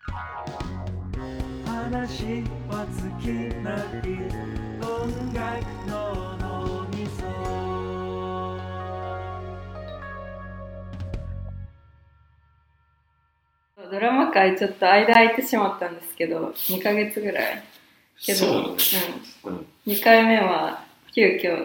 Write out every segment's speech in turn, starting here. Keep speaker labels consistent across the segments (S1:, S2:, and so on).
S1: 話は尽きない音楽の脳みそ。
S2: ドラマ界ちょっと間空いてしまったんですけど、2ヶ月ぐらいけど、2回目は急遽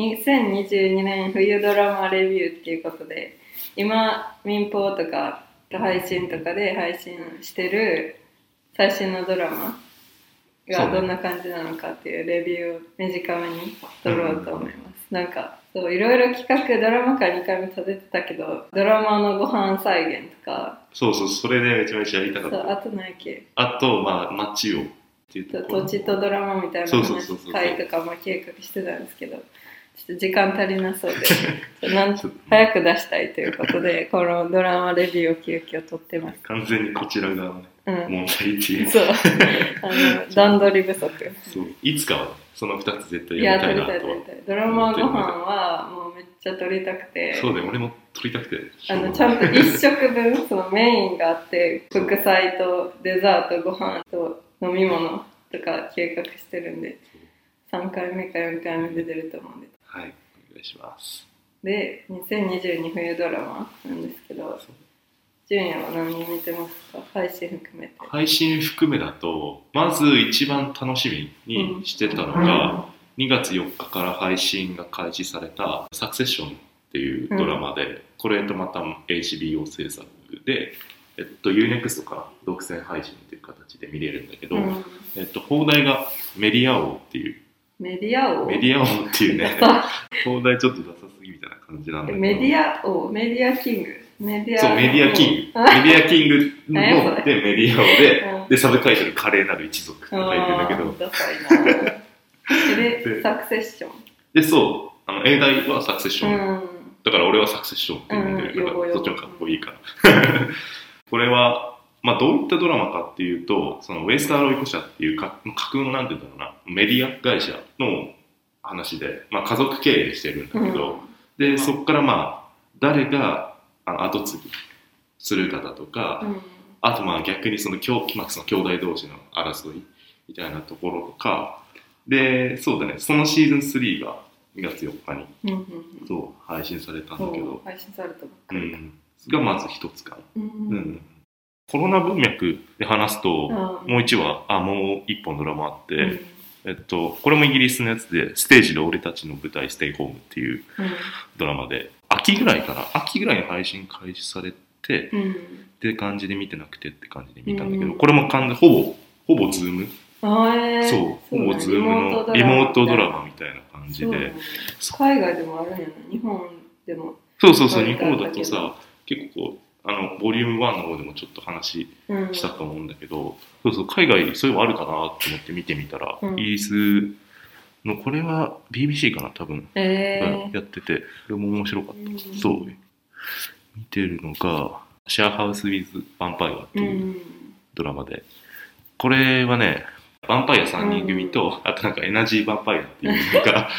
S2: 2022年冬ドラマレビューっていうことで、今民放とか配信とかで配信してる最新のドラマがどんな感じなのかっていうレビューを短めに撮ろうと思います。なんかそういろいろ企画ドラマ界2回目立ててたけど、ドラマのご飯再現とか、
S3: そうそれでめちゃめちゃやりたかった。
S2: あと何やっけ、
S3: あと街をっていうところ、
S2: 土地とドラマみたいな回とかも計画してたんですけど、ちょっと時間足りなそうで早く出したいということでこのドラマレビューを急遽撮ってます。
S3: 完全にこちら側の、ね問題っていう。
S2: そう段取り不足。
S3: そういつかはその2つ絶対やりたいなとは。
S2: 撮りたい。ドラマご飯はもうめっちゃ撮りたくて。
S3: そうだよ、俺も撮りたくて。
S2: ちゃんと1食分そのメインがあって副菜とデザート、ご飯と飲み物とか計画してるんで、3回目か4回目で出ると思うんで。
S3: はい、お願いします。
S2: で、2022冬ドラマなんですけど、純也は何見てますか？配信含めて。配信
S3: 含めだと、まず一番楽しみにしてたのが、2月4日から配信が開始されたサクセッションっていうドラマで、これとまた HBO 制作で、UNEXT から独占配信っていう形で見れるんだけど、放題がメディア王っていう。
S2: メディア王
S3: っていうね、放題ちょっとダサすぎみたいな感じなんだけど。
S2: メディア王、メディアキング。
S3: そう、メディアキング。メディアキングのでメディア王で、サブタイトル華麗なる一族って書いてるんだけど。
S2: ダサいな。で、サクセッション。
S3: で、そう、英題はサクセッション。だから俺はサクセッションって呼んでるから、そっちもかっこいいから。これは、どういったドラマかっていうと、そのウェスターロイコ社っていう架空のなんて言うんだろうな、メディア会社の話で、家族経営してるんだけど、で、そこから誰が後継ぎするかだとか、あと逆にその兄弟同士の争いみたいなところとか、で、そうだね、そのシーズン3が2月4日に、そう配信されたんだけど、
S2: 配信されたばっかり
S3: がまず一つかな。コロナ文脈で話すと、もう一本ドラマあって、これもイギリスのやつで、ステージで俺たちの舞台ステイホームっていうドラマで、秋ぐらいに配信開始されて、って感じで見てなくてって感じで見たんだけど、これも完全ほぼズーム。そう、ほぼズームのリモートドラマみたいな感じで。
S2: 海外でもあるんやな、日本でも。
S3: そう、日本だとさ、結構ボリューム1の方でもちょっと話したと思うんだけど、海外そういうのあるかなと思って見てみたら、イギリスの、これは BBC かな多分、やってて、これも面白かった。そう、見てるのが、シェアハウス・ウィズ・ヴァンパイアっていうドラマで、これはね、ヴァンパイア3人組と、あとエナジーヴァンパイアっていうのが、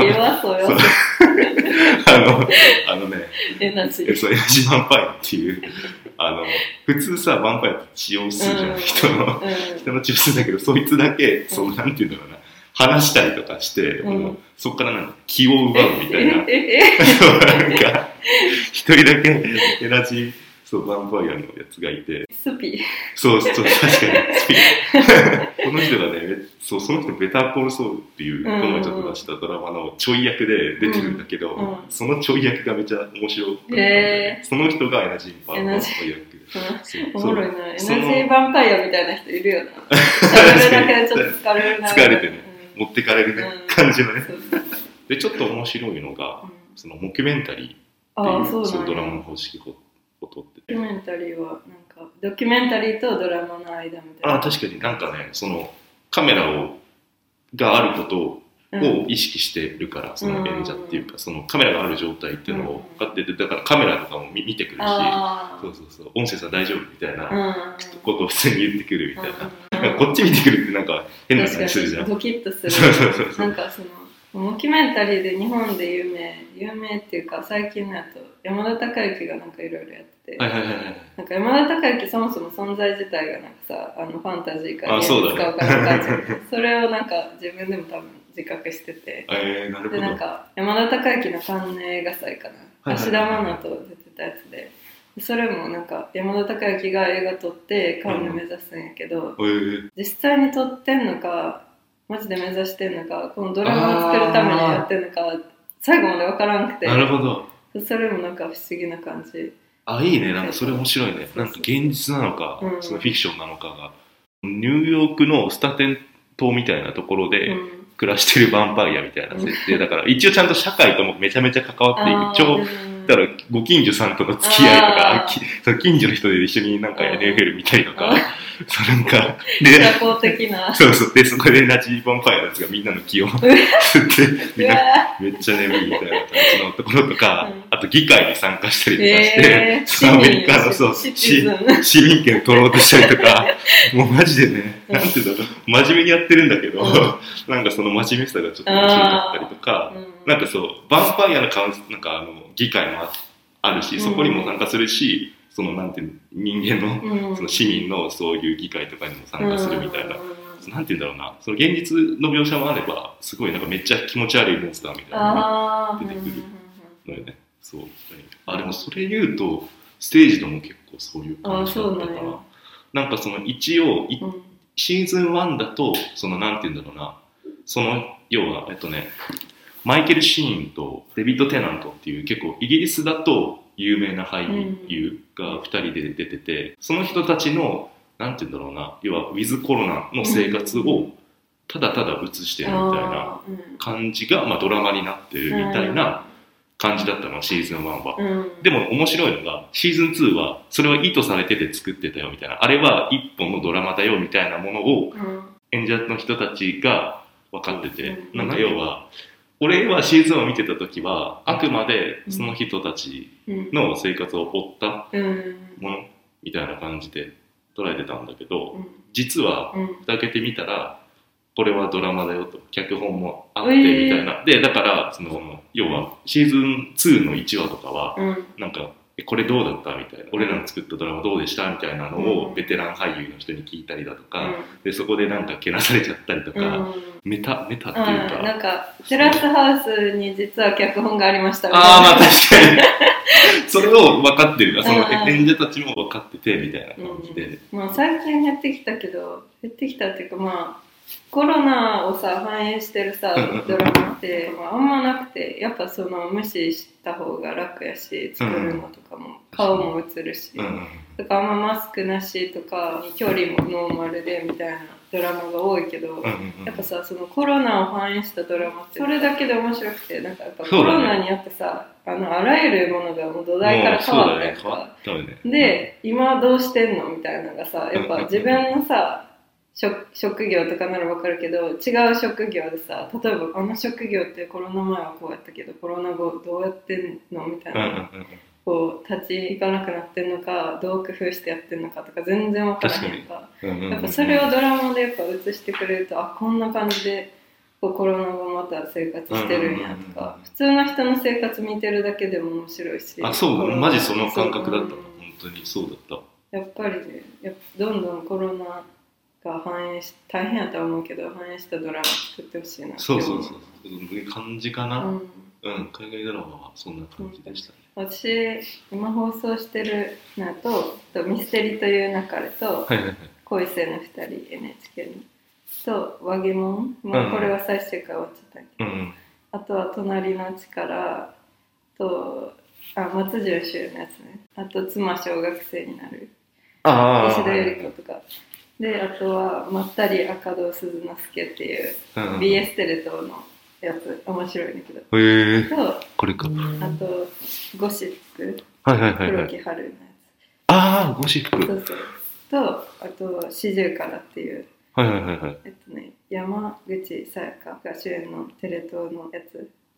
S3: エナジーヴァンパイアっていう、普通さ、ヴァンパイアって血を吸うじゃん、人の血を吸うんだけど、そいつだけ、なんていうんだろうな、話したりとかして、そっから気を奪うみたいな。一人だけエナジー、ヴァンパイアのやつがいて。
S2: スピ。
S3: そう、確かにスピ。この人がね、その人ベターコールソウルっていう、この前ちょっと出したドラマのちょい役で出てるんだけど、そのちょい役がめちゃ面白かったので、その人がエナジーヴァンパイア役。
S2: おもろいな。エナジーヴァンパイアみたいな人いるよな。食べるだけでちょっと疲れるな。
S3: 疲れてね、持ってかれるね、感じのね。で、ちょっと面白いのが、そのモキュメンタリーっていう、そのドラマの方式を撮ってて。
S2: ドキュメンタリーはドキュメンタリーとドラマの間みたいな。
S3: 確かにそのカメラがあることを意識してるから、その演者っていうか、そのカメラがある状態っていうのを分かってて、だからカメラとかも見てくるし、音声さん大丈夫みたいなことを普通に言ってくるみたいな。こっち見てくるって変な感じするじゃん。
S2: ドキッとする。 モキュメンタリーで日本で有名っていうか最近のやと山田孝之がなんかいろいろやってて、
S3: はいはいはいはい。
S2: なんか山田孝之そもそも存在自体がなんかさファンタジーから
S3: そうだね
S2: 使うからそれをなんか自分でも多分自覚してて、
S3: なるほど。
S2: でなんか山田孝之のカンヌ映画祭かな、芦田愛菜と出てたやつで、それもなんか山田孝之が映画撮ってカンヌ目指すんやけど、実際に撮ってんのかマジで目指してんのか、このドラマを作るためにやってんのか最後まで分からんくて、
S3: なるほど。
S2: それもなんか不思議な感じ。
S3: いいね、なんかそれ面白いね。なんか現実なのか、そのフィクションなのかが、ニューヨークのスタテン島みたいなところで暮らしてるヴァンパイアみたいな設定だから、一応ちゃんと社会ともめちゃめちゃ関わっていく。だからご近所さんとの付き合いとか、その近所の人で一緒になんか NFL 見たりとか、そうなんか、で、
S2: 社交的な。
S3: そうそう、で、そこでナチヴァンパイアのやつがみんなの気を吸って、みんなめっちゃ眠いみたいな感じのところとか、あと議会に参加したりとかして、アメリカの市民権取ろうとしたりとか、もうマジでね、なんていうんだろう、真面目にやってるんだけど、なんかその真面目さがちょっと面白かったりとか、なんかそう、ヴァンパイアのなんか議会もあるし、そこにも参加するし、そのなんていう人間の、その市民のそういう議会とかにも参加するみたいな、なんていうんだろうな、その現実の描写もあれば、すごいなんかめっちゃ気持ち悪いモンスターみたいなのが出てくるのよね。そう。でもそれ言うと、ステージでも結構そういう感じだったから、なんかその一応、シーズン1だと、そのなんていうんだろうな、その要はマイケル・シーンとデビッド・テナントっていう結構イギリスだと有名な俳優が2人で出てて、その人たちのなんて言うんだろうな、要はウィズコロナの生活をただただ映してるみたいな感じが、ドラマになってるみたいな感じだったの、シーズン1は。でも面白いのが、シーズン2はそれは意図されてて作ってたよみたいな、あれは一本のドラマだよみたいなものを演者の人たちが分かってて、なんか要は俺はシーズンを見てた時はあくまでその人たちの生活を追ったものみたいな感じで捉えてたんだけど、実は蓋開けてみたらこれはドラマだよと、脚本もあってみたいな、でだからその要はシーズン2の1話とかはなんかこれどうだったみたいな、俺らの作ったドラマどうでしたみたいなのをベテラン俳優の人に聞いたりだとか、でそこでなんかけなされちゃったりとか、メタっていうか、
S2: なんかテラスハウスに実は脚本がありましたみ
S3: たいな。まあ確かにそれを分かってる、その演者たちも分かっててみたいな感じで、
S2: 最近減ってきたけど、減ってきたっていうかコロナをさ反映してるさドラマって、あんまなくて、やっぱその無視した方が楽やし、作るのとかも顔も映るし、だからあんまマスクなしとか距離もノーマルでみたいなドラマが多いけど、やっぱさそのコロナを反映したドラマってそれだけで面白くて、なんかやっぱコロナによってさあらゆるものがもう土台から変わったりとか、で今どうしてんのみたいなのがさ、やっぱ自分のさ職業とかなら分かるけど、違う職業でさ、例えばあの職業ってコロナ前はこうやったけどコロナ後どうやってんのみたいな、こう立ち行かなくなってんのか、どう工夫してやってんのかとか全然分からへんか、やっぱそれをドラマでやっぱ映してくれると、こんな感じでこうコロナ後また生活してるんやとか、普通の人の生活見てるだけでも面白いし、
S3: そうマジその感覚だった、本当にそうだった。
S2: やっぱりね、どんどんコロナが反映し、大変やとは思うけど反映したドラマ作ってほしいなって思う。
S3: そう感じかな、海外ドラマはそんな感じでしたね。
S2: 私今放送してるのとミステリという流れと、恋せの2人 NHK のと和疑問、これは最終回終わっちゃったけど、あとは隣の力と松潤秀のやつね、あと妻小学生になる石田ゆり子とかで、あとはまったり赤堂鈴之助っていう BS テレ東のやつ、面白いんだけど、と
S3: これか、
S2: あとゴシップ、黒木華のやつ、
S3: ゴシップ、
S2: そうと、あと四十からっていう、山口さやかが主演のテレ東のやつ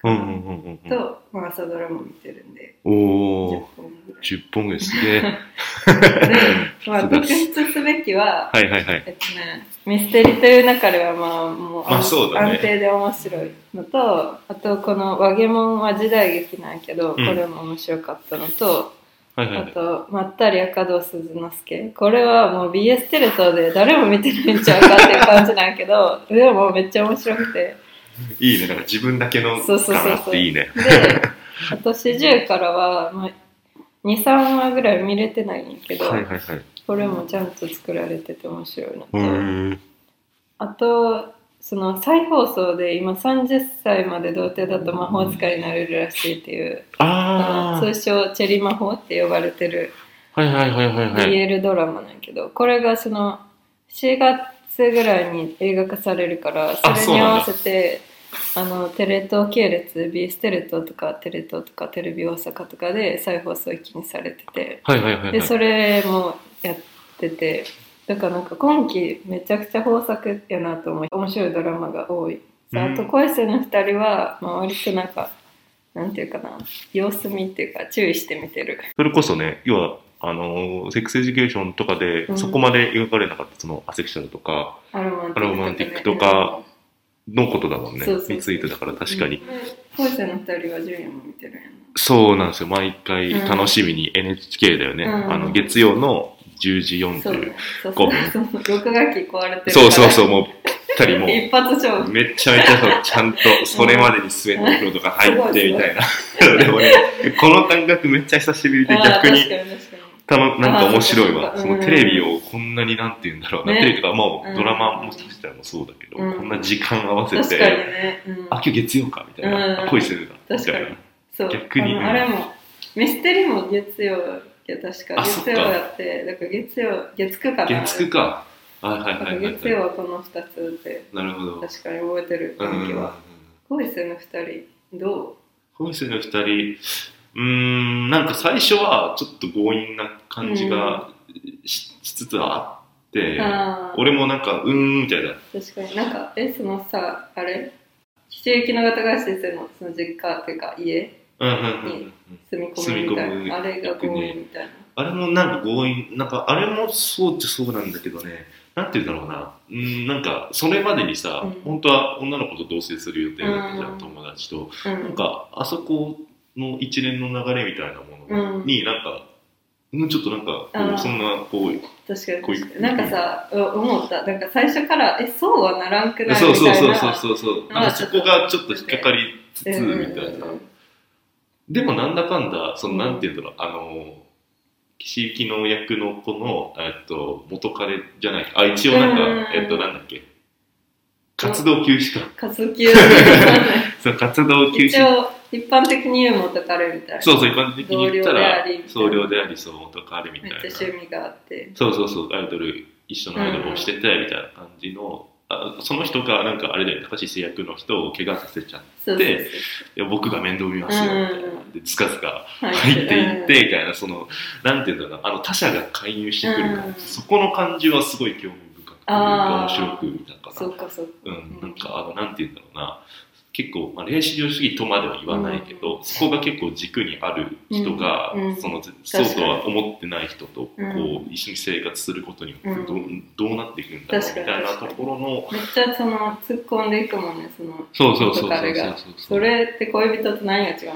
S3: うんうんうんうん。
S2: と、まあ、朝ドラも見てるんで、10
S3: おー、
S2: 本ぐらい。
S3: 10本ぐらいすげえ。
S2: で、まあ、特筆すべきは、
S3: はいはいはい。
S2: ミステリという中ではまあもう、
S3: まあそうだね
S2: 安定で面白いのと、あとこの「わげもん」は時代劇なんやけど、これも面白かったのと、あ
S3: はいはいはい。
S2: と「まったり赤堂鈴之助」、これはもう BS テレ東で誰も見てないんちゃうかっていう感じなんやけど、でもめっちゃ面白くて、
S3: いいね、なんか自分だけの
S2: そうそうそうそう
S3: かなっていいね。
S2: で、あと四十からは、まあ、23話ぐらい見れてないんやけど、
S3: はいはいはい。
S2: これもちゃんと作られてて面白いのと、
S3: ん。
S2: あとその再放送で今30歳まで童貞だと魔法使いになれるらしいっていう、
S3: あ
S2: 通称チェリ魔法って呼ばれてる
S3: あ。はいはいはいはいはい。
S2: BL ドラマなんやけど、これがその4月ぐらいに映画化されるから、それに合わせてテレ東系列、BS テレ東とかテレ東とかテレビ大阪とかで再放送一気にされてて、
S3: はいはいはいはい。
S2: でそれもやってて、だからなんか今期めちゃくちゃ豊作やなと思う。面白いドラマが多い。あと恋生の2人は、まあ、割となんかなんていうかな、様子見っていうか注意して見てる。
S3: それこそね、要は、セックスエデュケーションとかで、そこまで描かれなかった、そのアセクシャルとか、
S2: アロ
S3: マンティックとかのことだもんね。
S2: そうそうそう
S3: についてだから確かに。
S2: 恋生の2人は順位も見てるやんな。
S3: そうなんですよ。毎回楽しみに NHK だよね。月曜の10時45分。
S2: 録画機壊れてるから。
S3: そうそうそう、もうぴったりもう。
S2: 一発勝負。
S3: めっちゃめちゃそう、ちゃんとそれまでにスウェット風呂とか入ってみたいな。でもね、この感覚めっちゃ久しぶりで逆になんか面白いわ。そのテレビをこんなになんて言うんだろうな。テレビとかもうドラマもしたらもそうだけど、こんな時間合わせて、あ、今日月曜かみたいな。恋するんだ。
S2: 確かに。そう。
S3: 逆に。
S2: あれも、ミステリも月曜や確か。月曜やって、だから月9かな。
S3: 月9か。はいはいはい。
S2: 月曜はこの2つって
S3: なるほど。
S2: 確かに覚えてる時は。恋生の2人どう？
S3: 恋生の2人、なんか最初はちょっと強引な感じがしつつあって、俺もなんかみたいな。
S2: 確かになんかそのさ、あれ岸井ゆきのが高橋先生のその実家っていうか家に住み込むみたいな、あれが強引みたいな。
S3: あれもなんか強引、なんかあれもそうっちゃそうなんだけどね、なんて言うんだろうな、なんかそれまでにさ、本当は女の子と同棲する予定だったじゃん、友達と。なんかあそこの一連の流れみたいなものになんか、ちょっとなんかそんなこう
S2: 確かになんかさ、思った、なんか最初からそうはならんくないみたいな。
S3: そうなんかそこがちょっと引っかかりつつみたいな。でもなんだかんだそのなんて言うんだろう、岸井ゆきの役の子の元彼じゃないか、一応なんかなんだっけ、活動休止か。
S2: 活動休止。
S3: そう、活動休止。
S2: 一応一般的に言う元彼みたいな。
S3: そうそう、一般的に言ったら
S2: 同
S3: 僚であり、そう元彼みたいな。
S2: めっちゃ趣味があって。
S3: そうアイドル一緒のアイドルをしててみたいな感じの。その人がなんかあれだよね、高橋製薬の人を怪我させちゃって、いや僕が面倒見ますよみたいな、でずかずか入っていってみたいな、そのなんていうんだろうな、他者が介入してくる感じ、そこの感じはすごい興味深くて面白く見たかな。
S2: そうか
S3: なんかなんていうんだろうな、結構、霊視上主義とまでは言わないけど、そこが結構軸にある人が、そうとは思ってない人とこう一緒に生活することによってどうなっていくんだろうみたいなところの、
S2: めっちゃその突っ込んでいくもんね、その
S3: 彼
S2: がそれって恋人と何が違うんですか。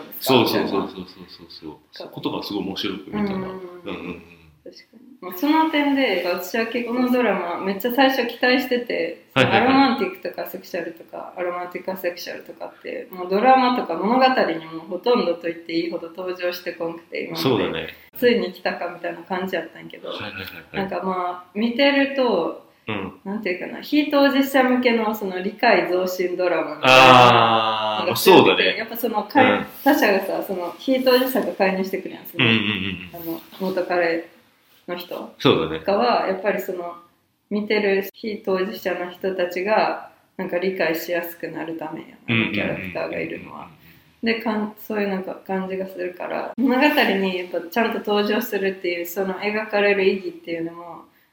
S3: そうことがすごい面白く見たな。
S2: 確かに。その点で私は結構このドラマめっちゃ最初期待してて、アロマンティックとかセクシャルとかアロマンティックアセクシャルとかってもうドラマとか物語にもほとんどと言っていいほど登場してこんくて、今までついに来たかみたいな感じやったんやけど、なんかまあ見てると、なんていうかな、非当事者向けのその理解増進ドラマみたいな。
S3: そうだね。
S2: やっぱその他者がさ、その非当事者が介入してくるやん、その元彼の人とかはやっぱりその見てる非当事者の人たちがなんか理解しやすくなるためや、キャラクターがいるのは。でそういうなんか感じがするから、物語にやっぱちゃんと登場するっていうその描かれる意義っていうのも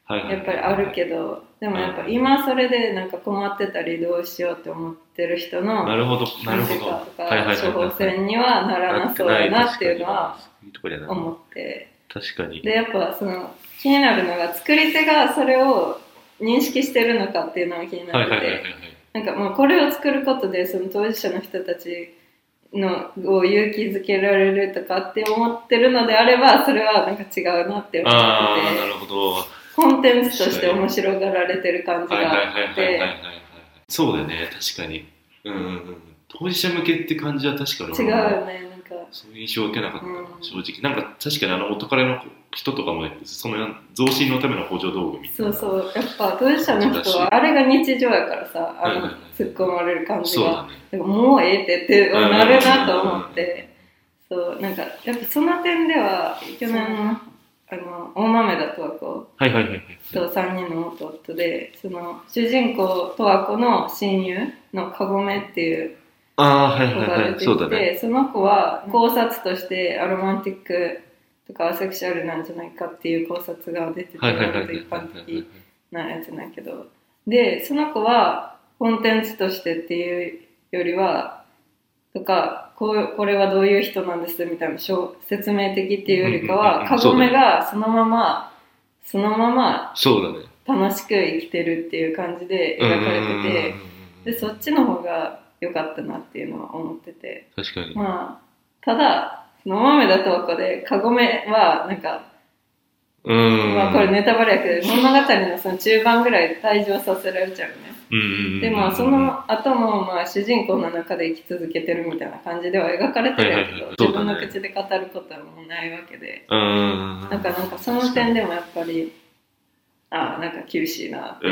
S2: やっぱりあるけど、でもやっぱ今それでなんか困ってたりどうしようって思ってる人の
S3: なるほどなるほど
S2: 処方箋にはならなそうだなっていうのは思って、
S3: 確かに。
S2: でやっぱその気になるのが作り手がそれを認識してるのかっていうのが気になってて、なんかもうこれを作ることでその当事者の人たちのを勇気づけられるとかって思ってるのであれば、それはなんか違うなって思ってて、
S3: なるほど、
S2: コンテンツとして面白がられてる感じがあって、
S3: そうだよね、確かに。当事者向けって感じは確かに
S2: 違うよね、なんか
S3: そういう印象を受けなかったな、正直。なんか確かに元彼の人とかも、ね、その増進のための補助道具みたいな。
S2: そうやっぱ当事者の人はあれが日常やからさ、突っ込まれる感じが、もうええってなるなと思って、そうなんかやっぱその点では去年の大豆田十和子と3人の元夫で、その主人公十和子の親友のかごめっていう子が出てきて、その子は考察としてアロマンティックとかアセクシャルなんじゃないかっていう考察が出てて、一般的なやつなんやけど、でその子はコンテンツとしてっていうよりはとか、これはどういう人なんですみたいな説明的っていうよりかは、かごめがそのまま楽しく生きてるっていう感じで描かれてて、でそっちの方が良かったなっていうのは思ってて、
S3: 確かに。
S2: まあただ大豆田十和子でかごめはなんかまあこれネタバレやけど、物語のその中盤ぐらいで退場させられちゃうね。でまあその後もまあ主人公の中で生き続けてるみたいな感じでは描かれてるけど、自分の口で語ることはもうないわけで、なんかその点でもやっぱりなんか厳しいなって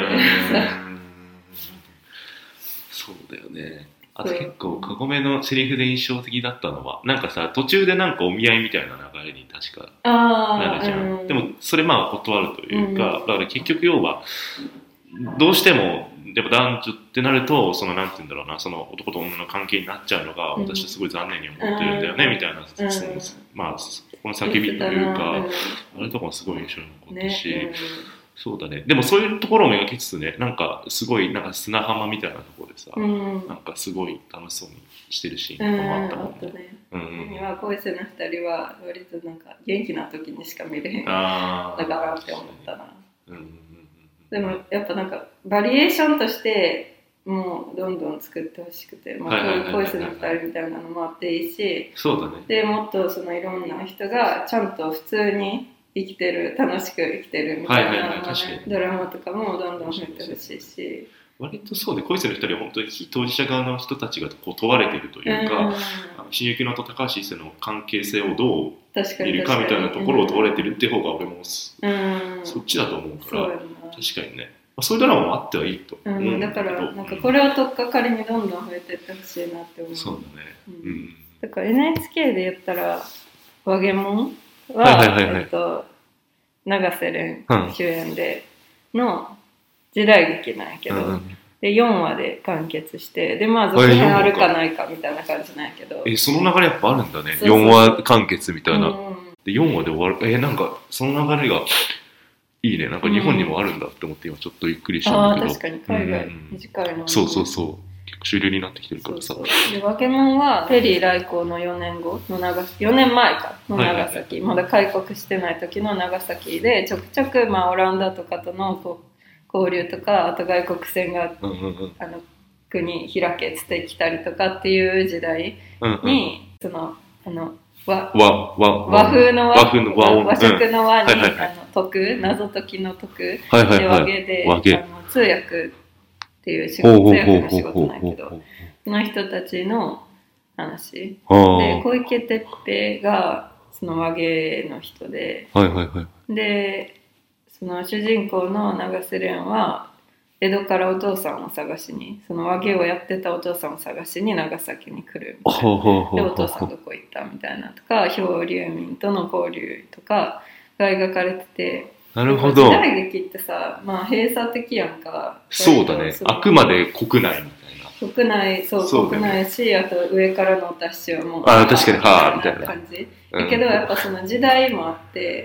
S3: そうだよね。あと結構かごめのセリフで印象的だったのは、なんかさ途中でなんかお見合いみたいな流れに確かなるじゃん。でもそれまあ断るというか、だから結局要はどうしてもやっぱ男女ってなると、そのなんて言うんだろうな、その男と女の関係になっちゃうのが私はすごい残念に思ってるんだよねみたいな、まあこの叫びというか、あれとかもすごい印象に残ったし、そうだね。でもそういうところを描きつつね、なんかすごいなんか砂浜みたいなところでさ、なんかすごい楽しそうにしてるシーンとかもあったもんね。
S2: 今恋せの2人は割となんか元気な時にしか見れへんだからって思ったな。でもやっぱなんかバリエーションとしてもうどんどん作ってほしくて、恋せの2人みたいなのもあっていいし、
S3: そうだね。で
S2: もっとそのいろんな人がちゃんと普通に生きてる、楽しく生きてるみたいなドラマとかもどんどん増えてほしいし、
S3: 割とそうで、恋せの2人は本当に非当事者側の人たちがこう問われているというか、新雪乃と高橋一生の関係性をどう見るかみたいなところを問われてるっていう方が俺もそっちだと思うから、確かにね、そういうドラマもあってはいいと思うんだけど、
S2: だからなんかこれを取っかかりにどんどん増えていってほしいなって思う。
S3: そうだね。
S2: だから NHK で言ったらわげもんは永瀬廉主演での時代劇なんやけど、で4話で完結して、でまあ続編あるかないかみたいな感じなんやけど、
S3: その流れやっぱあるんだね。4話完結みたいな。で4話で終わる。なんかその流れがいいね。なんか日本にもあるんだって思って今ちょっとゆっくりしたんだけど。
S2: 確かに海外短いの。
S3: そう。結構主流になってきてるからさ。
S2: でわけもんはペリー来航の4年後の4年前かの長崎、まだ開国してない時の長崎でちょくちょくまあオランダとかとの交流とか、あと外国船が国開けつってきたりとかっていう時代に、その和風の和食の和に謎解きの解くで和芸で通訳っていう通訳の仕事なんやけど、その人たちの話で、小池徹平がその和芸の人で、でその主人公の永瀬廉は江戸からお父さんを探しに、その和芸をやってたお父さんを探しに長崎に来るみたいな。でお父さんどこ行ったみたいなとか、漂流民との交流とかが描かれてて、
S3: なるほど。
S2: 時代劇ってさ、まあ閉鎖的やんか。
S3: そうだね。あくまで国内みたいな。
S2: 国内し、あと上からのお達しはもう
S3: 確かにみたいな
S2: 感じ。だけどやっぱその時代もあって、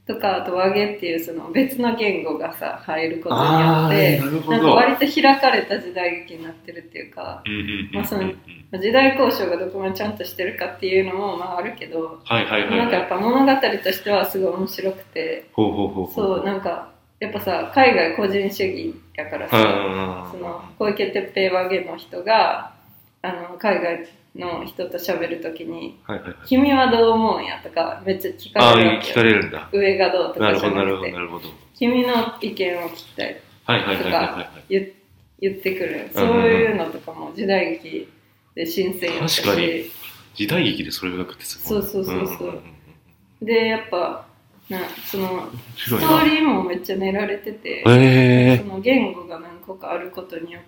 S2: とか、あと和芸っていうその別の言語がさ入ることによってなんか割と開かれた時代劇になってるっていうか、まあその時代交渉がどこまでちゃんとしてるかっていうのもまああるけど、なんかやっぱ物語としてはすごい面白くて、そうなんかやっぱさ海外個人主義やからさ、その小池徹平和芸の人が海外の人と喋るときに、君はどう思うんやとかめっちゃ聞かれるわけよ。
S3: 聞かれるんだ。
S2: 上がどうとかじゃなくて、
S3: なるほど。
S2: 君の意見を聞きたいとか言ってくる。そういうのとかも時代劇で新鮮やったし。
S3: 確かに時代劇でそれを描くってすごい。
S2: そう。でやっぱそのストーリーもめっちゃ練られてて、その言語が何個かあることによって、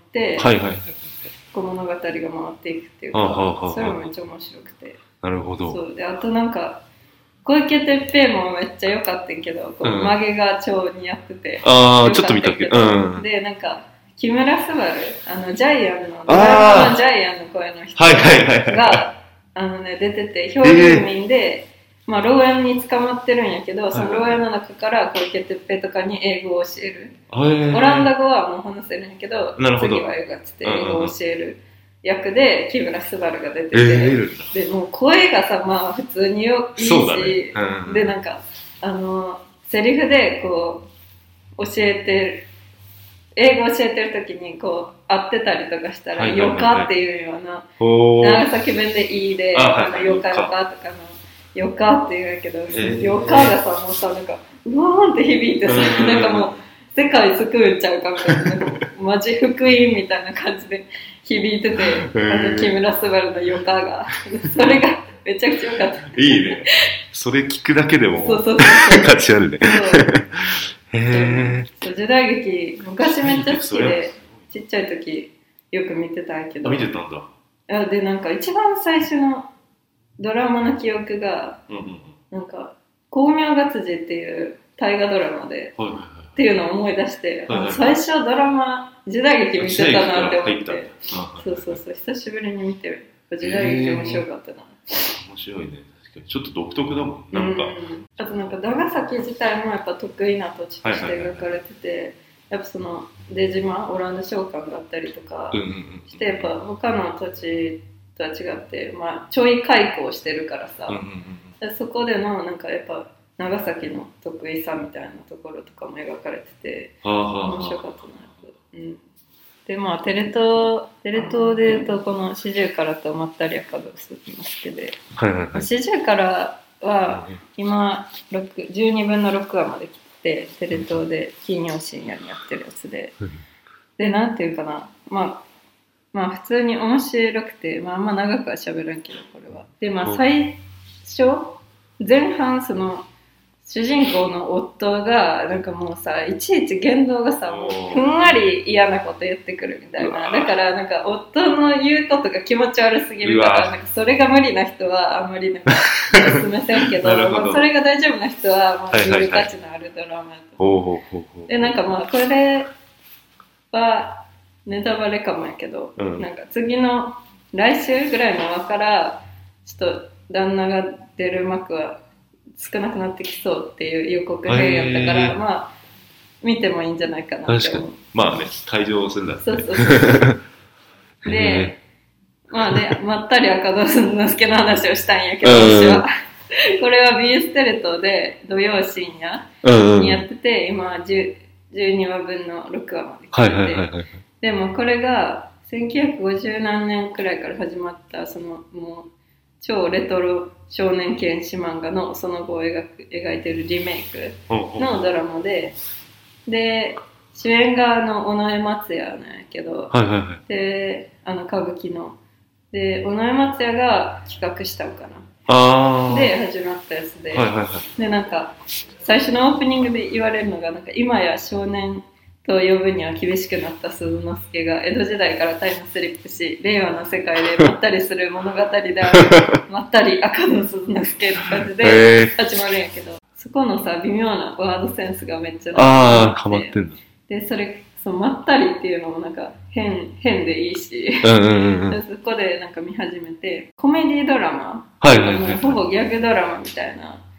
S2: こう物語が回っていくっていうか、それもめっちゃ面白くて。
S3: なるほど。
S2: そうで、あとなんか小池徹平もめっちゃ良かったんけど、こう曲げが超似合ってて、
S3: ちょっと見たけど、
S2: でなんか木村昴、ジャイアンのドラマのジャイアンの声の人が出てて、標準民で。まあ、牢屋に捕まってるんやけど、その牢屋の中から小池徹平とかに英語を教える。オランダ語はもう話せるんやけど、次は英語っつって英語を教える役で木村昴が出てて、でもう声がさ、まあ普通にいいし、でなんかセリフでこう英語教えてる時にこう会ってたりとかしたら、よかっていうような、長崎弁でいいで、よかとかの。よかって言うんやけど、よかがさ、もうさ、なんか、うわーんって響いてさ、なんかもう、世界救うんちゃうかみたいな、マジ福音みたいな感じで響いてて、木村昴のよかが、それがめちゃくちゃ良かった。
S3: いいね。それ聞くだけでも、価値あるね。
S2: 時代劇、昔めっちゃ好きで、ちっちゃい時よく見てたんやけど。
S3: 見てたんだ。
S2: で、なんか一番最初の、ドラマの記憶が、なんか「光明月次」っていう大河ドラマで、っていうのを思い出して、最初ドラマ時代劇見てたなって思って、そう久しぶりに見て時代劇面白かったな。
S3: 面白いね。確かにちょっと独特だもん。なんか
S2: あとなんか長崎自体もやっぱ得意な土地として描かれてて、やっぱその出島オランダ商館があったりとかして、やっぱ他の土地とは違って、まあ、ちょい開港してるからさ、そこでのなんかやっぱ長崎の得意さみたいなところとかも描かれてて面白かったな。でまあテレ東でいうとこの四十からとまったり赤どす好きで、四十からは今12分の6話まで来てテレ東で金曜深夜にやってるやつで、でなんていうかな、まあ普通に面白くて、あんま長くは喋らんけどこれは。で最初前半その主人公の夫がなんかもうさいちいち言動がさもうふんわり嫌なこと言ってくるみたいな。だからなんか夫の言うことが気持ち悪すぎるからなんかそれが無理な人はあんまりなんかおすすめせんけどそれが大丈夫な人はもう見る価値のあるドラマだと。でなんかこれはネタバレかもやけど、なんか次の来週ぐらいの輪からちょっと旦那が出る幕は少なくなってきそうっていう予告編やったから、見てもいいんじゃないかなって思う。
S3: 確かにまあね退場するんだって。
S2: でまったり赤胴之助の話をしたんやけど、私はこれは BS テレ東で土曜深夜にやってて、今12話分の6話まで来てて、でもこれが1950何年くらいから始まったそのもう超レトロ少年剣士漫画のその後を描いてるリメイクのドラマで、主演が尾上松也なんやけど、で歌舞伎ので尾上松也が企画したんかなで始まったやつで、でなんか最初のオープニングで言われるのがなんか今や少年と呼ぶには厳しくなった鈴之助が江戸時代からタイムスリップし令和の世界でまったりする物語であるまったり赤の鈴之助って感じで始まるんやけど、そこのさ微妙なワードセンスがめっちゃ
S3: ハマってんだ。で
S2: そのまったりっていうのもなんか変でいいし、そこでなんか見始めてコメディドラマ、ほぼギャグドラマみたいな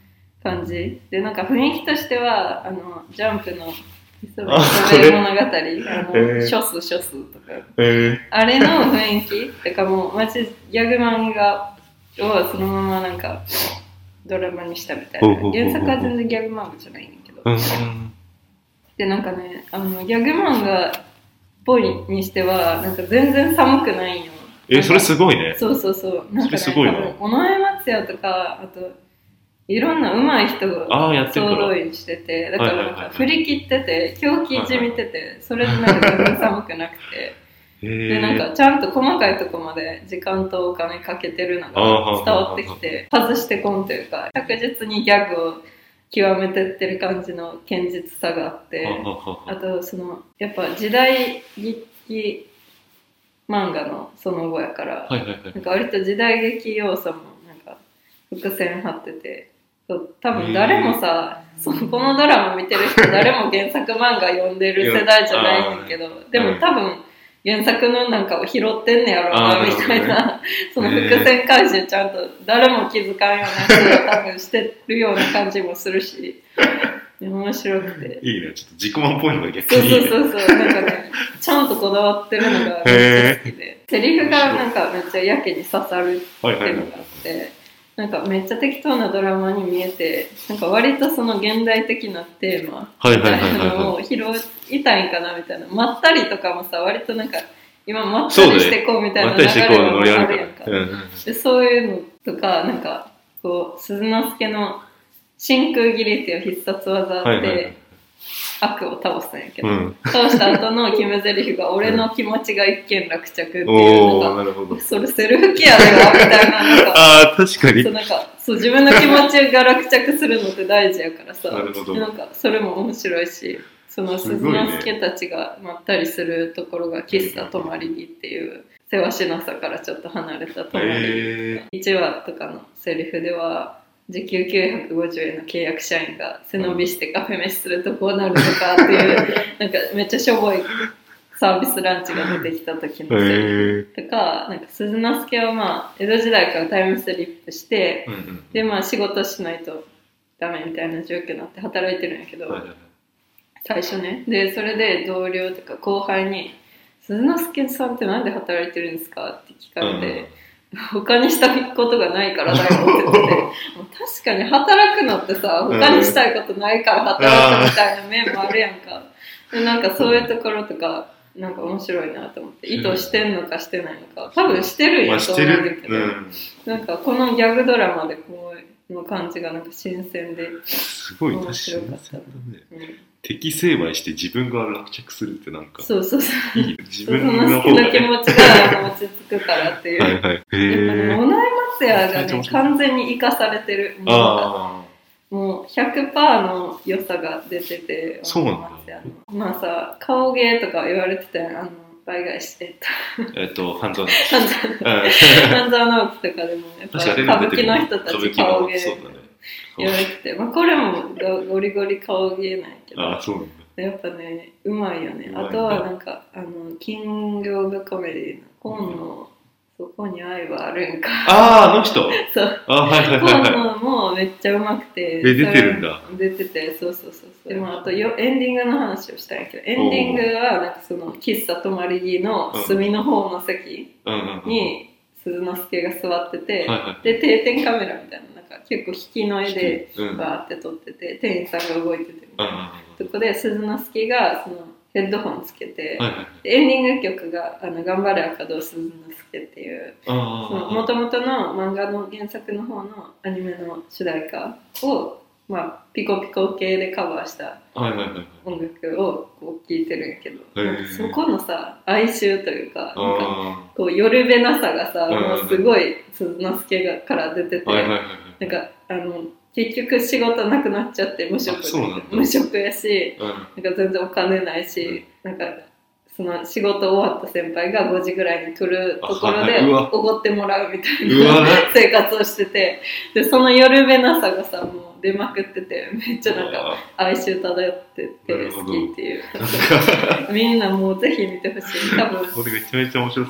S2: 感じで、なんか雰囲気としてはジャンプの磯部物語ショスとか、あれの雰囲気とかもマジギャグ漫画をそのままなんかドラマにしたみたいな。原作は全然ギャグ漫画じゃないんだけど、でなんかねギャグ漫画っぽいにしてはなんか全然寒くないんよ。
S3: それすごいね。
S2: そうなんかね、
S3: すごいな。
S2: 尾上松也とかあといろんな上手い人が総動員してて、だからなんか振り切ってて狂気じみてて、それでなんか全然寒くなくてでなんかちゃんと細かいとこまで時間とお金かけてるのが伝わってきて、外してこんというか確実にギャグを極めてってる感じの堅実さがあって、あとやっぱ時代劇漫画のその後やから、なんか割と時代劇要素もなんか伏線張ってて、多分誰もさ、このドラマ見てる人誰も原作漫画読んでる世代じゃないんだけど、でも多分原作のなんかを拾ってんねやろうなみたいな、その伏線回収ちゃんと誰も気づかんような人が多分してるような感じもするし、面白くて
S3: いいね。ちょっと自己満っぽいのが逆にいいね。
S2: そうなんかねちゃんとこだわってるのがめっちゃ好きで、セリフがなんかめっちゃやけに刺さるっていうのがあって、なんかめっちゃ適当なドラマに見えて、なんか割とその現代的なテーマみたいなのを拾いたいんかなみたいな。まったりとかもさ、割となんか今まったりしてこうみたいな流れもあるやんか。でそういうのとか、なんかこう鈴之助の真空斬りっていう必殺技で悪を倒すんやけど、倒した後の決め台詞が俺の気持ちが一見落着っていうのが、それセルフケアだよみたいな、なんか
S3: 確かに
S2: 自分の気持ちが落着するのって大事やからさ、なんかそれも面白いし、その鈴之助たちがまったりするところが喫茶泊まり木っていうせわしなさからちょっと離れた泊まり木、1話とかのセリフでは時給950円の契約社員が背伸びしてカフェ飯するとこうなるとかっていうなんかめっちゃしょぼいサービスランチが出てきた時のセリフとか、なんか鈴之助はまあ江戸時代からタイムスリップして、でまあ仕事しないとダメみたいな状況になって働いてるんやけど、最初ね、でそれで同僚とか後輩に鈴之助さんってなんで働いてるんですかって聞かれて、他にしたいことがないからだよって言ってて確かに働くのってさ、他にしたいことないから働くみたいな面もあるやんか。でなんかそういうところとかなんか面白いなと思って、意図してんのかしてないのか、多分してるんやと思うんだけど、なんかこのギャグドラマでこうの感じがなんか新鮮です
S3: ごい
S2: 面白かったね。
S3: 敵成敗して自分が落着するってなんか
S2: そう
S3: いい自
S2: 分の好きな気持ちが落ち着くからっていう。やっぱね、尾上松也がね完全に生かされてる。もう 100% の良さが出てて、
S3: そうなんだ。
S2: まあさ、顔芸とか言われてたよ、倍返し
S3: 半沢
S2: 直樹とかでもやっぱ歌舞伎の人たち顔芸言われてて、まあ、これもゴリゴリ顔芸なんやけど、やっぱねうまいよね。あとはなんかキングオブコメディの今野そこに愛はあるんか。
S3: あの人。
S2: そう。今野もめっちゃうまくて。
S3: 出てるんだ。
S2: 出てて、そう。でもあとエンディングの話をしたんやけど、エンディングはなんかその喫茶泊まり木の隅の方の席に鈴之助が座ってて、で定点カメラみたいな、なんか結構引きの絵でバーって撮ってて、店員さんが動いててみたいなとこで鈴之助がそのヘッドホンつけて、エンディング曲が頑張れ赤堂鈴之助っていうもともとの漫画の原作の方のアニメの主題歌を、まあ、ピコピコ系でカバーした音楽をこう聴いてるんやけど、そこのさ哀愁というか、なんかこう夜べなさがさ、もうすごい鈴之助から出てて、なんか結局仕事なくなっちゃって無職やし、なんか全然お金ないし、なんかその仕事終わった先輩が5時ぐらいに来るところでおごってもらうみたいな生活をしてて、でその夜べなさがさもう出まくってて、めっちゃなんか哀愁漂ってて好きっていうみんなもうぜひ見てほしい。多分
S3: これめちゃめちゃ面白そう。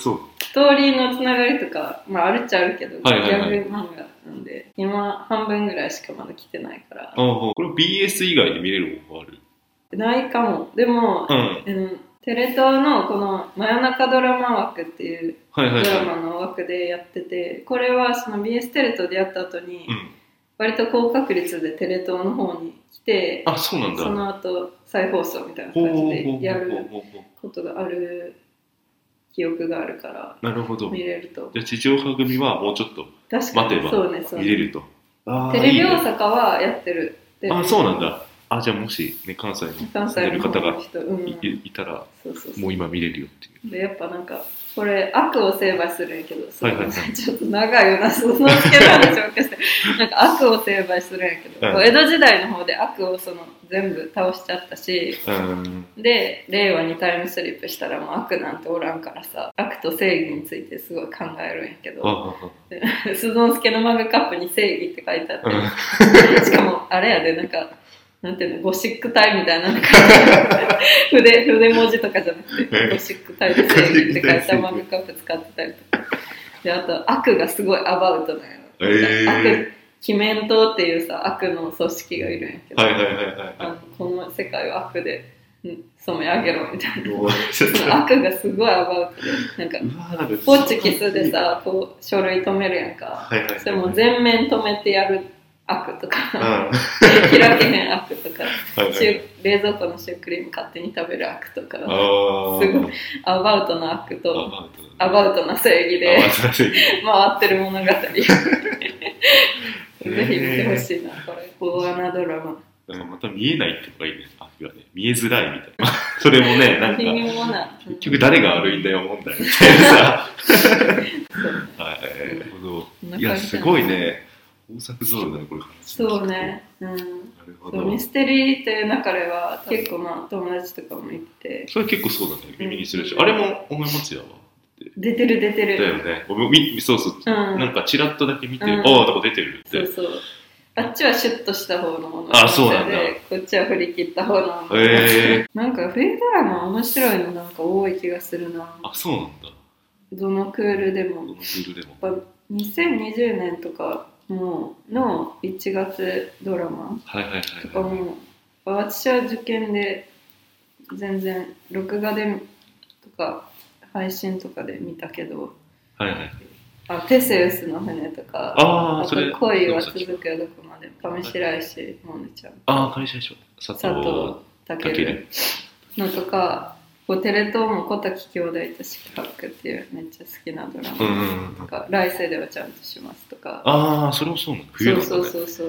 S2: ストーリーのつながりとか、まあ、あるっちゃあるけど、
S3: はいはいはい、
S2: ギャグ漫画なんで今半分ぐらいしかまだ来てないから。
S3: これ BS 以外で見れる方法ある？
S2: ないかも。でも、テレ東のこの真夜中ドラマ枠っていうドラマの枠でやってて、これはその BS テレ東でやった後に、割と高確率でテレ東の方に来て、
S3: そうなんだ。
S2: その後再放送みたいな感じでやることがある記憶があるから、
S3: なるほど、
S2: 見れると。
S3: で地上波組はもうちょっと待てば見れると。
S2: テレビ大阪はやってる。
S3: そうなんだ。じゃあもし、ね、関西に住んでる方がいたら、もう今見れるよっていう。
S2: でやっぱなんかこれ悪を成敗するんやけど、ちょっと長いよな、そのスケの話ばっかしてなんか悪を成敗するんやけど、江戸時代の方で悪を全部倒しちゃったし、で令和にタイムスリップしたらもう悪なんておらんからさ、悪と正義についてすごい考えるんやけど、鈴之助のマグカップに正義って書いてあって、しかもあれやで、なんていうの、ゴシック体みたいなのが筆文字とかじゃなくて、ゴシック体で正義って書いたマグカップ使ってたりとか。で、あと悪がすごいアバウトなの。悪、鬼面党っていうさ、悪の組織がいるんやけど、この世界を悪で染め上げろみたいな。悪がすごいアバウトで、なんか、ホッチキスでさ、こう、書類止めるやんか。それも全面止めてやる悪とか、開けへん悪とか、冷蔵庫のシュークリーム勝手に食べる悪とか、すごいアバウトな悪とアバウトな正義で回ってる物語。ぜひ見てほしいな、これ。大穴ドラマ。
S3: また見えないってことがいいね、悪がね。見えづらいみたいな。それもね、なんか、結局誰が悪いんだよ問題みたいなさ。なるほど。いや、すごいね。大作ゾールだね、これ。
S2: そうね。ミステリーっていう中では結構まあ友達とかもいて。
S3: それ結構そうだね、耳にするし。あれも思いますよ。
S2: 出てる。だ
S3: よね。そうそう。なんかチラッとだけ見て、なんか出てるって。
S2: そう。あっちはシュッとした方のもの
S3: そうなんだ。
S2: こっちは振り切った方のもの。なんか冬ドラマ面白いのなんか多い気がするな。
S3: そうなんだ。
S2: どのクールでも。2020年とかの1月ドラマとかも、私は受験で全然録画でとか配信とかで見たけど、テセウスの船とか、あと恋は続くよどこまで、上白石萌音ちゃん、
S3: 上白石
S2: 佐藤健のとか、テレ東も小滝兄弟と四角っていうめっちゃ好きなドラマとか、来世ではちゃんとしますとか。
S3: それもそうなんだ。冬なんだね。
S2: そう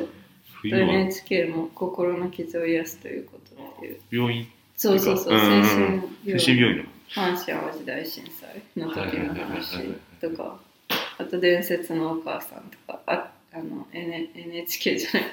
S2: 。NHK も心の傷を癒すということっていう。
S3: 病院。
S2: そう。精神
S3: 病院の。
S2: 阪神・淡路大震災の時の話とか、あと伝説のお母さんとか、NHK じゃない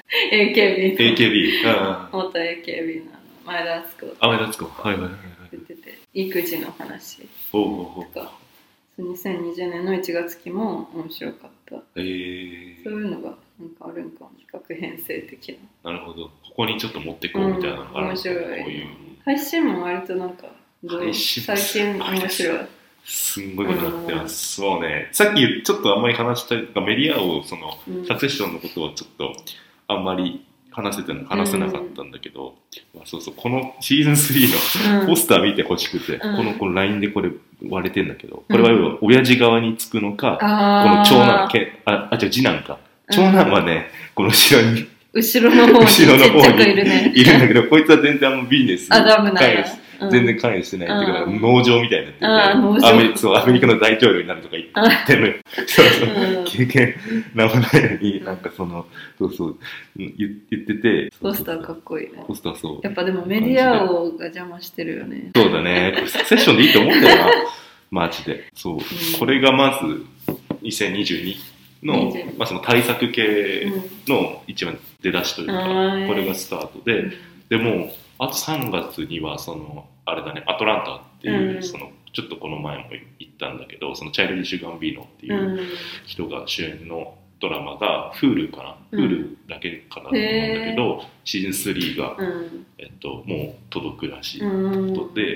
S2: 、AKB の元 AKB の前田敦子出てて、育児の話とか、2020年の1月期も面白かった。そういうのがなんかあるんかも、比較編成的
S3: な。なるほど。ここにちょっと持ってこうみたいなのがある。
S2: 面白い。配信も割となんか最近面白い。
S3: すんごいことになってます。そうね。さっきちょっとあんまり話したいとか、メディアをサクセッションのことをちょっとあんまり話せなかったんだけど、そう、このシーズン3のポスター見てほしくて、この LINE でこれ割れてんだけど、これは親父側につくのか、この長男、次男か。長男はね、この後ろに、
S2: 後ろの方にちっちゃくいるね。
S3: いるんだけど、こいつは全然ビジネス全然関与してないっていうか、農場みたいになってて、アメリカの大統領になるとか言ってるの。経験なんもないのに、なんか言ってて。
S2: ポスターかっこいいね。
S3: ポスターそう。
S2: やっぱでもメディア王が邪魔してるよね。
S3: そうだね。セッションでいいと思うんだよな。マジで。そう。これがまず、2022の、その対策系の一番出だしというか、これがスタートで、でも、あと3月にはあれだね、アトランタっていう、ちょっとこの前も言ったんだけど、チャイルディッシュ・ガンビーノっていう人が主演のドラマが Hulu かな、Hulu だけかなと思うんだけど、シーズン3が、もう届くらしいことで、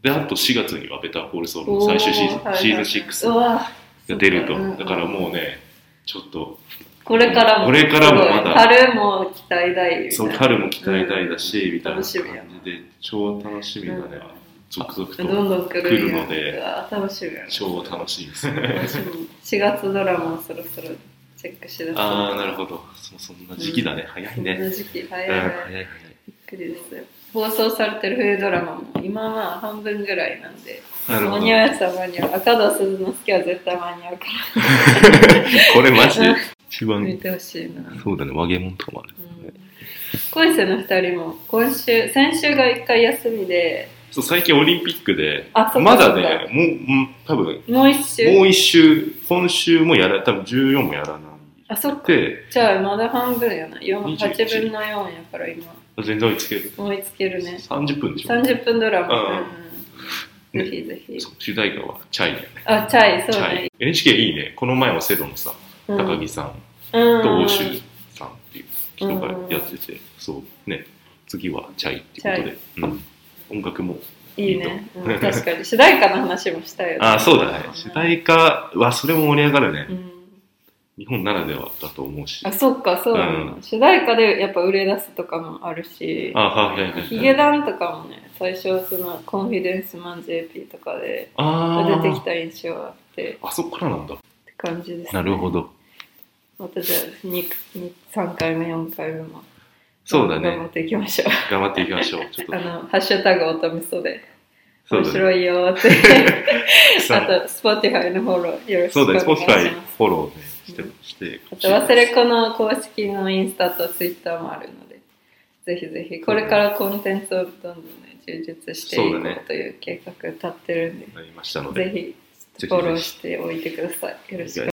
S3: で、あと4月にはベターコールソウルの最終シーズン、シーズン6が出ると。だからもうね、ちょっと、
S2: これからも
S3: まだ、
S2: 春も期待大。
S3: そう、春も期待大だし、みたいな感じ
S2: 楽しみや
S3: で、超楽しみだね。続々と
S2: どんどん来
S3: 来る
S2: る
S3: ので、
S2: 楽しみやな。
S3: 超楽しいですね。
S2: 楽しみ。4月ドラマをそろそろチェックしだす。
S3: ああ、なるほど。そんな時期だね。早いね。
S2: そんな時期早い。
S3: 早い。
S2: びっくりですよ。放送されてる冬ドラマも今は半分ぐらいなんで、間に合うやつは間に合う。赤戸鈴之助は絶対間に合うから。
S3: これマジで一番
S2: 見てほしいな。
S3: そうだね、和芸もんとかもある。
S2: 恋生の2人も先週が1回休みで、
S3: そう、最近オリンピックで、
S2: あ、そっか
S3: まだね、多分
S2: もう一週、
S3: 今週も多分14もやらない。
S2: あ、そっか。
S3: で、
S2: じゃあまだ半分やな。8分の4やから今。
S3: 全然追いつける。
S2: 追いつけるね。
S3: 30分でしょ。
S2: 30分ドラマ。
S3: ぜ
S2: ひぜひ。
S3: 主題歌はチャイだよね。
S2: あ、チャイ、そうね。
S3: NHK いいね。この前はセドのさ、高木さんと欧州さんっていう人がやってて、そうね。次はチャイっていうことで、音楽も
S2: いいね。確かに。主題歌の話もしたよね。
S3: あ、そうだね。主題歌はそれも盛り上がるね。日本ならではだと思うし。
S2: あ、そっか、そうなの。主題歌でやっぱ売れ出すとかもあるし、ヒゲダンとかもね、最初そのコンフィデンスマン JP とかで出てきた印象があって。
S3: あそこからなんだ。
S2: って感じですね。
S3: なるほど。
S2: またじゃあ3回目、4回目も。
S3: そうだね。
S2: 頑張っていきましょう。
S3: 頑張っていきましょう。ちょっと
S2: ハッシュタグおとみそで。面白いよって。あと、Spotify のフォローよろしくお願いします。
S3: そうだね、Spotify フォローね。して
S2: あと忘れ子の公式のインスタとツイッターもあるので、ぜひぜひこれからコンテンツをどんどん、ね、充実していこうという計画立ってるんで、ぜひフォローしておいてください。よろしくお願いします。